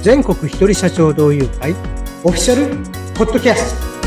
全国一人社長同友会オフィシャルポッドキャスト。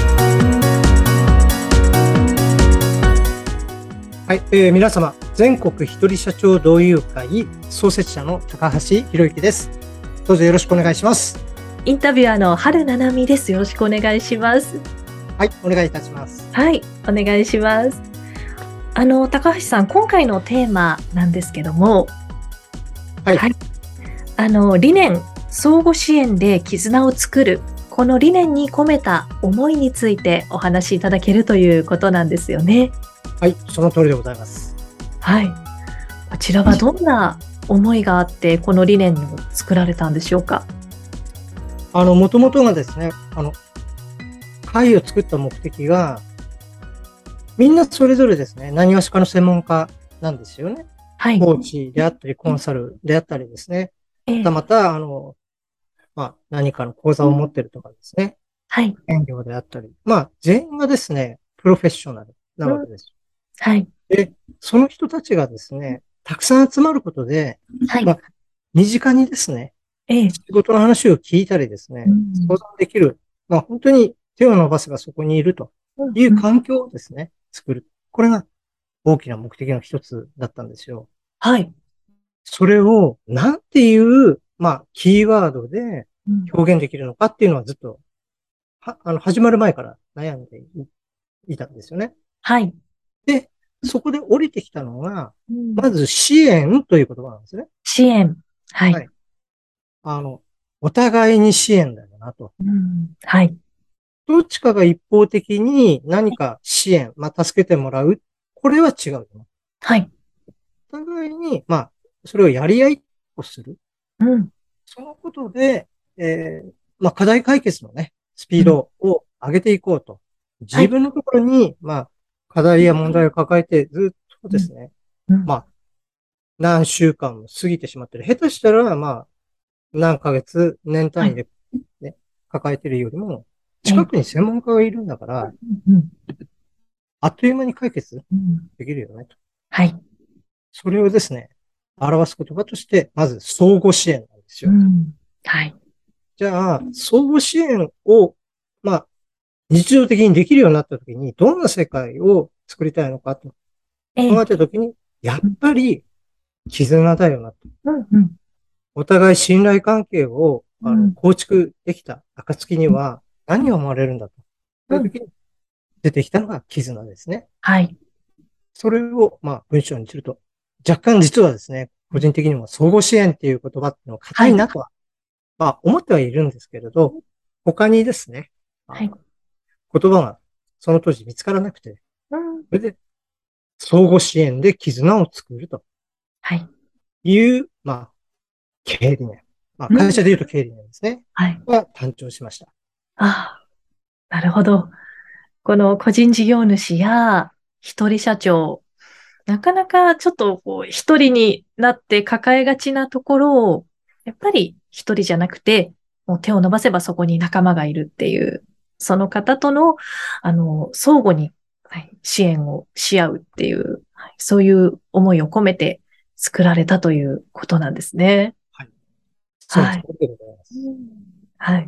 はい、皆様、全国一人社長同友会創設者の高橋博之です。どうぞよろしくお願いします。 インタビュアーの春七海です。よろしくお願いします。 はい、お願いいたします。 はい、お願いします。高橋さん、今回のテーマなんですけども、 はい、 理念、相互支援で絆を作る、この理念に込めた思いについてお話しいただけるということなんですよね。 はい、その通りでございます。 はい。こちらはどんな思いがあって、この理念を作られたんでしょうか。 もともとがですね、会を作った目的が、みんなそれぞれですね、何がしかの専門家なんですよね。 はい。 コーチであったり、コンサルであったりですね。また、何かの講座を持ってるとかですね。 はい。 専業であったり。全員がですね、プロフェッショナルなわけです。 はい。 で、その人たちがですね、たくさん集まることで、 はい。 身近にですね、仕事の話を聞いたりですね、相談できる。本当に手を伸ばせばそこにいるという環境をですね、作る。これが大きな目的の一つだったんですよ。 はい。 それを、なんていう、キーワードで表現できるのかっていうのはずっと、始まる前から悩んでいたんですよね。 はい。 で、そこで降りてきたのが、まず支援という言葉なんですね。 支援。はい。 はい。お互いに支援だよなと。 はい。 どっちかが一方的に何か支援、助けてもらう。これは違うよな。 はい。 お互いに、それをやり合いをする。そのことで、課題解決のね、スピードを上げていこうと。自分のところに、課題や問題を抱えてずっとですね、何週間も過ぎてしまってる。下手したら、何ヶ月、年単位で、ね、抱えてるよりも、近くに専門家がいるんだから、あっという間に解決できるよね、と。 はい。 それをですね、表す言葉として、まず相互支援なんですよ。 はい。 じゃあ、相互支援を、日常的にできるようになったときに、どんな世界を作りたいのかと考えたときに、やっぱり絆だよなと。お互い信頼関係を構築できた暁には何が生まれるんだと。そういう時に出てきたのが絆ですね。 はい。 それを文章にすると、若干実はですね、個人的にも相互支援っていう言葉っていうのは硬いなとは、思ってはいるんですけれど、他にですね、言葉がその当時見つからなくて、それで相互支援で絆を作るという、経理念。会社で言うと経理念ですね。が誕生しました。 なるほど。この個人事業主や一人社長、なかなかちょっと一人になって抱えがちなところを、やっぱり一人じゃなくて、もう手を伸ばせばそこに仲間がいるっていう、その方との、相互に、支援をし合うっていう、そういう思いを込めて作られたということなんですね。 はい。そうです。 はい。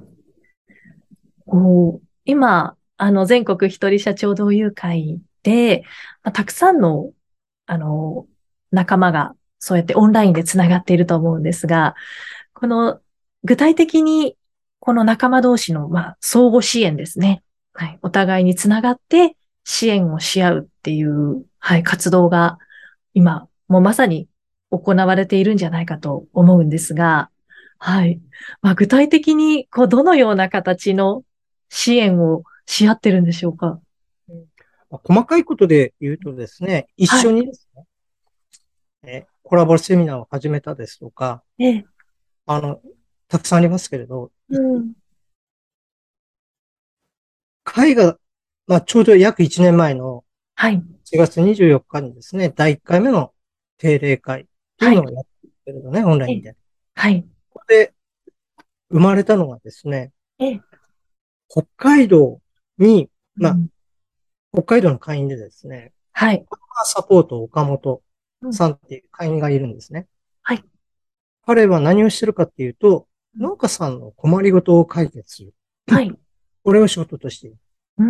今、全国一人社長同友会で、たくさんの、仲間がそうやってオンラインでつながっていると思うんですが、この、具体的に、この仲間同士の、相互支援ですね。はい。お互いにつながって支援をし合うっていう、活動が、今、もうまさに行われているんじゃないかと思うんですが、はい。具体的に、どのような形の支援をし合ってるんでしょうか。 細かいことで言うとですね、一緒にですね、コラボセミナーを始めたですとか、たくさんありますけれど、会が、ちょうど約1年前の4月24日にですね、第1回目の定例会っていうのをやってるけれどね、オンラインで。ここで生まれたのがですね、北海道に、北海道の会員でですね、サポート岡本さんっていう会員がいるんですね。彼は何をしてるかっていうと、 農家さんの困りごとを解決する。 はい。 これを仕事としている。 うん。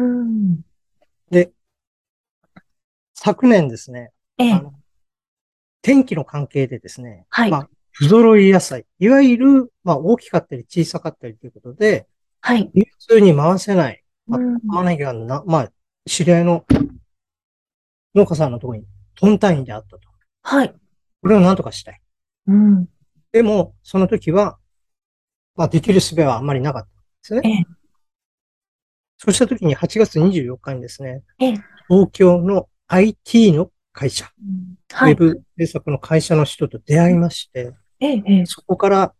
で、昨年ですね、 ええ。 あの、天気の関係でですね、 はい。 不揃い野菜、いわゆる、大きかったり小さかったりということで、 はい。 流通に回せない、 うん。 玉ねぎが知り合いの農家さんのところにトン単位であったと。 はい。 これを何とかしたい。 うん。 でも、その時は、できる術はあんまりなかったんですね。 ええ。 そうした時に8月24日にですね、 ええ。 東京の IT の会社、 うん。 ウェはい。 ブ制作の会社の人と出会いまして、 ええ。ええ。 そこから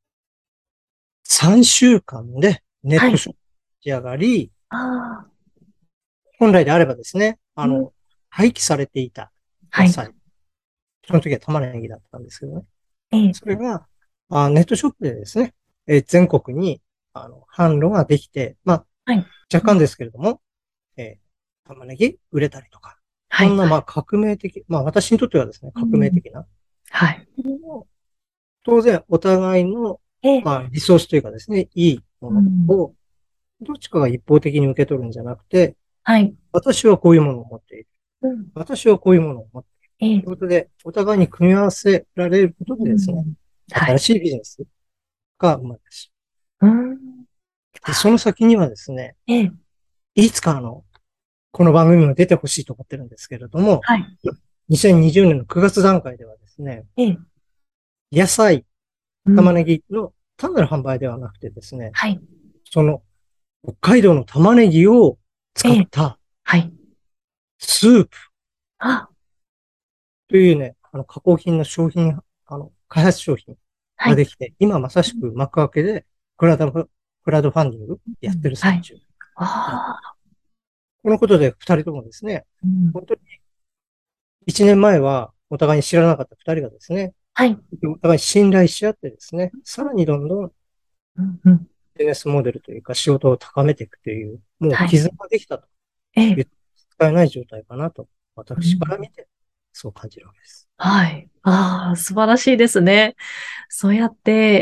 3週間でネッはい。 トショップ仕上がり、 ああ。 本来であればですね、 うん。 廃棄されていたはい。 野菜、その時は玉ねぎだったんですけどね、 ええ。 それが、ネットショップでですね、全国に、販路ができて、 はい。 若干ですけれども、玉ねぎ売れたりとか、 はい。 そんな、革命的、私にとってはですね、革命うん。 的な、 はい。 当然、お互いの、 ええ。 リソースというかですね、いいものうん。 を、どっちかが一方的に受け取るんじゃなくて、 はい。 私はこういうものを持っている。 うん。 私はこういうものを持っている。 ええ。 ということで、お互いに組み合わせられることうでですね、 ん。はい。 新しいビジネスが生まれます。 うん。 で、その先にはですね、 ええ。 いつかこの番組も出てほしいと思ってるんですけれども、 はい。 2020年の9月段階ではですね、 ええ。 野菜、玉うん。 ねぎの単なる販売ではなくてですね、 はい。 その北海道の玉ねぎを使ええ。 ったはい。 スープあ、 というね、加工品の商品、開発商品はい。 ができて、今まさしく幕開けでクラウドファンディングやってうん。はい。 る最中。 ああ。 このことで二人ともですね、 うん。 本当に一年前はお互いに知らなかった二人がですね、 はい。 お互い信頼し合ってですね、さらにどんどんうん。うん。 ビジネスモデルというか仕事を高めていくという、もうはい。 絆ができたとええ。 言って使えない状態かなと、私かうん。 ら見て、そう感じるわけです。 はい。ああ、素晴らしいですね。そうやって、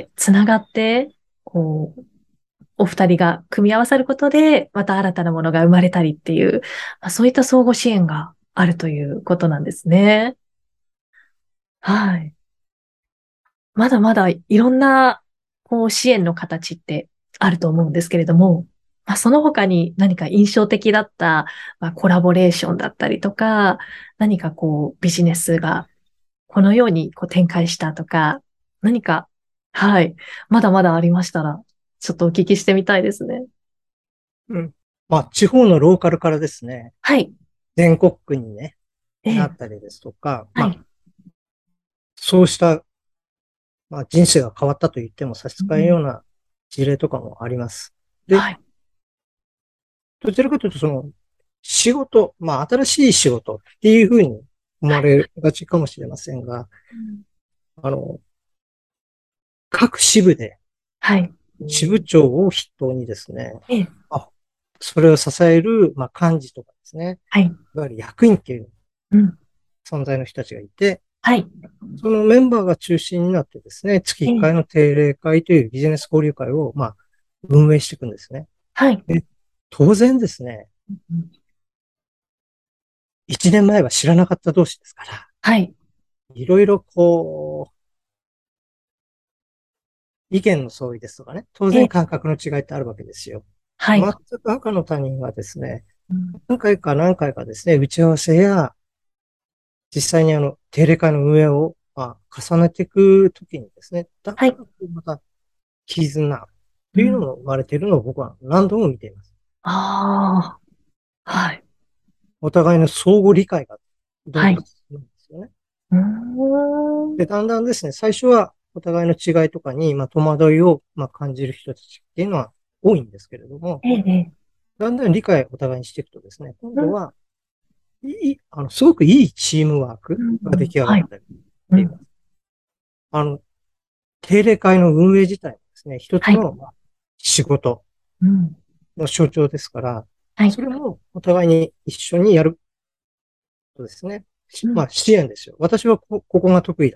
つながって、こう、お二人が組み合わさることで、また新たなものが生まれたりっていう、そういった相互支援があるということなんですね。はい。まだまだいろんな、支援の形ってあると思うんですけれども、その他に何か印象的だった、コラボレーションだったりとか、何かビジネスがこのように展開したとか、何か、はい。まだまだありましたら、ちょっとお聞きしてみたいですね。 うん。地方のローカルからですね、 はい。 全国区にね、 ええ。 なったりですとか、 はい。 そうした、人生が変わったと言っても差し支えんうん。 ような事例とかもあります。で、 はい。 どちらかというと、仕事、新しい仕事っていうふうに思はい。 われがちかもしれませんが、 うん。 あの、各支部で、 はい。 支部長を筆頭にですね、 ええ。 あ、それを支える、幹事とかですね、 はい。 いわゆる役員っていううん。 存在の人たちがいて、 はい。 そのメンバーが中心になってですね、月1 ええ。 回の定例会というビジネス交流会を、運営していくんですね。 はい。 で、当然ですね、 うん。 1年前は知らなかった同士ですから、 はい。 いろいろ意見の相違ですとかね、当ええ。 然感覚の違いってあるわけですよ。 はい。 全く赤の他人がですね、 うん。 何回かですね、打ち合わせや、実際に定例会の運営を、重ねていくときにですね、だはい。 からまた絆というのうん。 も生まれているのを僕は何度も見ています。 ああ。はい。 お互いの相互理解がどんはい。 どん進むんですよね。 うーで、 ん。 だんだんですね、最初はお互いの違いとかに、戸惑いを、感じる人たちっていうのは多いんですけれども、 ええ。ええ。 だんだん理解をお互いにしていくとですね、今うん。 度は、すごくいいチームワークうん。 が出来上がはい。 ったりしうん。 ています。あの、定例会の運営自体もですね、一はい。 つの仕事うん。 の象徴ですから、 はい。 それもお互いに一緒にやるとですね、 うん。 支援ですよ。私はここが得意だ。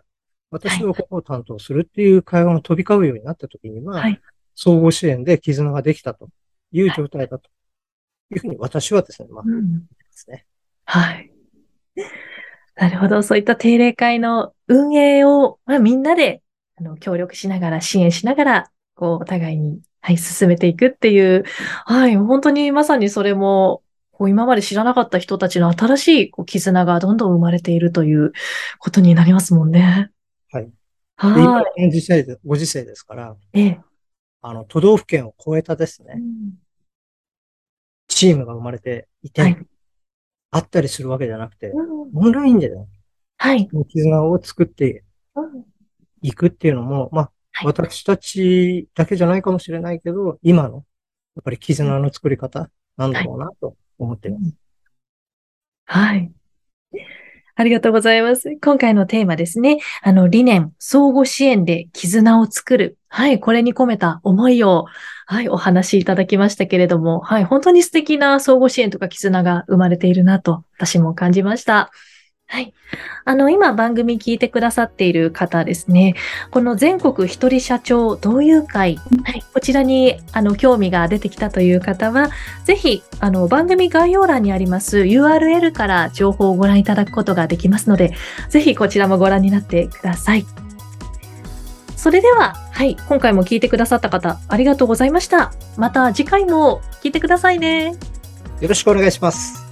私はここを担当するっていう会話が飛び交うようになった時には、 はい。 相互支援で絆ができたというはい。 状態だというふうに私はですね、まあ、 うん。 ですね。 はい。なるほど。そういった定例会の運営を、みんなで、協力しながら、支援しながら、お互いに、はい、進めていくっていう、はい、本当にまさにそれも、今まで知らなかった人たちの新しい、絆がどんどん生まれているということになりますもんね。 はい。で、今はのこの時世で、ご時世ですから、 い。ええ。 都道府県を超えたですね、 うん。 チームが生まれていて、 はい。 あったりするわけじゃなくて、 うん。 オンラインでね、 はい。 絆を作ってうん。 いくっていうのも、まあ、 はい。 私たちだけじゃないかもしれないけど、今の、やっぱりうん。 絆の作り方なんだはい。 ろうなと思っていうん。 ます。 はい。ありがとうございます。今回のテーマですね。理念、相互支援で絆を作る。はい、これに込めた思いを、はい、お話しいただきましたけれども、はい、本当に素敵な相互支援とか絆が生まれているなと、私も感じました。はい。今番組聞いてくださっている方ですね。この全国一人社長同友会、はい、こちらに、興味が出てきたという方は、ぜひ、番組概要欄にあります URL から情報をご覧いただくことができますので、ぜひこちらもご覧になってください。それでは、はい、今回も聞いてくださった方、ありがとうございました。また次回も聞いてくださいね。 よろしくお願いします。